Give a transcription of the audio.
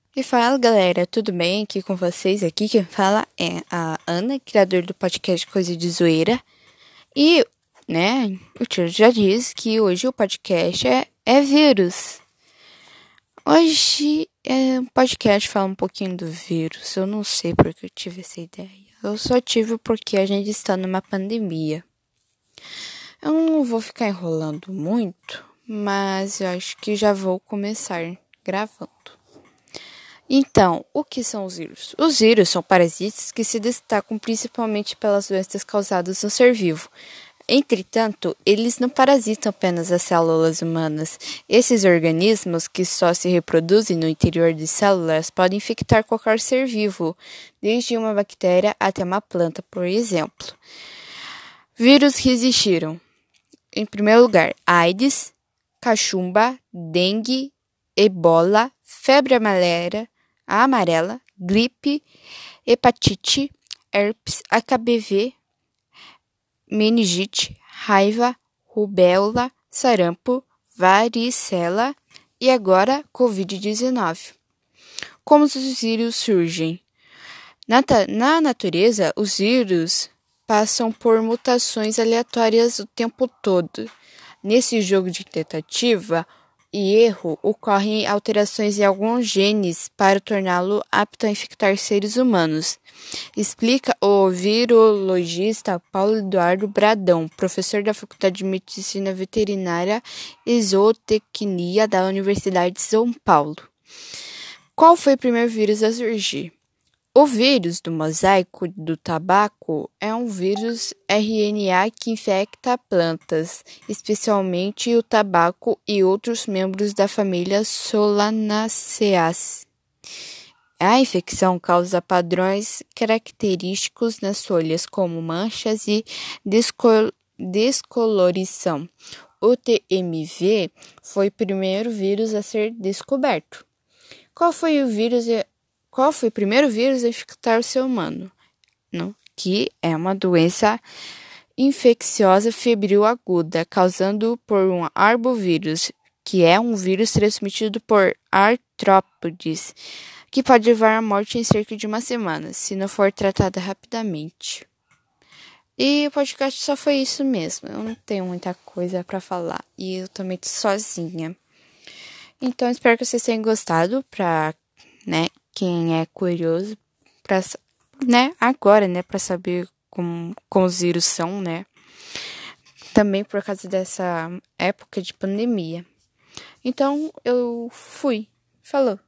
E fala galera, tudo bem aqui com vocês? Aqui quem fala é a Ana, criadora do podcast Coisa de Zoeira. E, o tio já disse que hoje o podcast é vírus. Hoje o podcast fala um pouquinho do vírus. Eu não sei porque eu tive essa ideia. Eu só tive porque a gente está numa pandemia. Eu não vou ficar enrolando muito, mas eu acho que já vou começar gravando. Então, o que são os vírus? Os vírus são parasitas que se destacam principalmente pelas doenças causadas no ser vivo. Entretanto, eles não parasitam apenas as células humanas. Esses organismos, que só se reproduzem no interior de células, podem infectar qualquer ser vivo, desde uma bactéria até uma planta, por exemplo. Vírus que existiram. Em primeiro lugar, AIDS, cachumba, dengue, ebola, febre amarela, gripe, hepatite, herpes, HPV, meningite, raiva, rubéola, sarampo, varicela e agora Covid-19. Como os vírus surgem? Na natureza, os vírus passam por mutações aleatórias o tempo todo. Nesse jogo de tentativa e erro, ocorrem alterações em alguns genes para torná-lo apto a infectar seres humanos. Explica o virologista Paulo Eduardo Bradão, professor da Faculdade de Medicina Veterinária e Zootecnia da Universidade de São Paulo. Qual foi o primeiro vírus a surgir? O vírus do mosaico do tabaco é um vírus RNA que infecta plantas, especialmente o tabaco e outros membros da família Solanaceae. A infecção causa padrões característicos nas folhas, como manchas e descolorição. O TMV foi o primeiro vírus a ser descoberto. Qual foi o primeiro vírus a infectar o ser humano? Que é uma doença infecciosa febril aguda, causada por um arbovírus, que é um vírus transmitido por artrópodes, que pode levar à morte em cerca de uma semana, se não for tratada rapidamente. E o podcast só foi isso mesmo. Eu não tenho muita coisa para falar e eu também tô sozinha. Então, espero que vocês tenham gostado, quem é curioso, agora, para saber como os vírus são, também por causa dessa época de pandemia. Então, eu fui. Falou!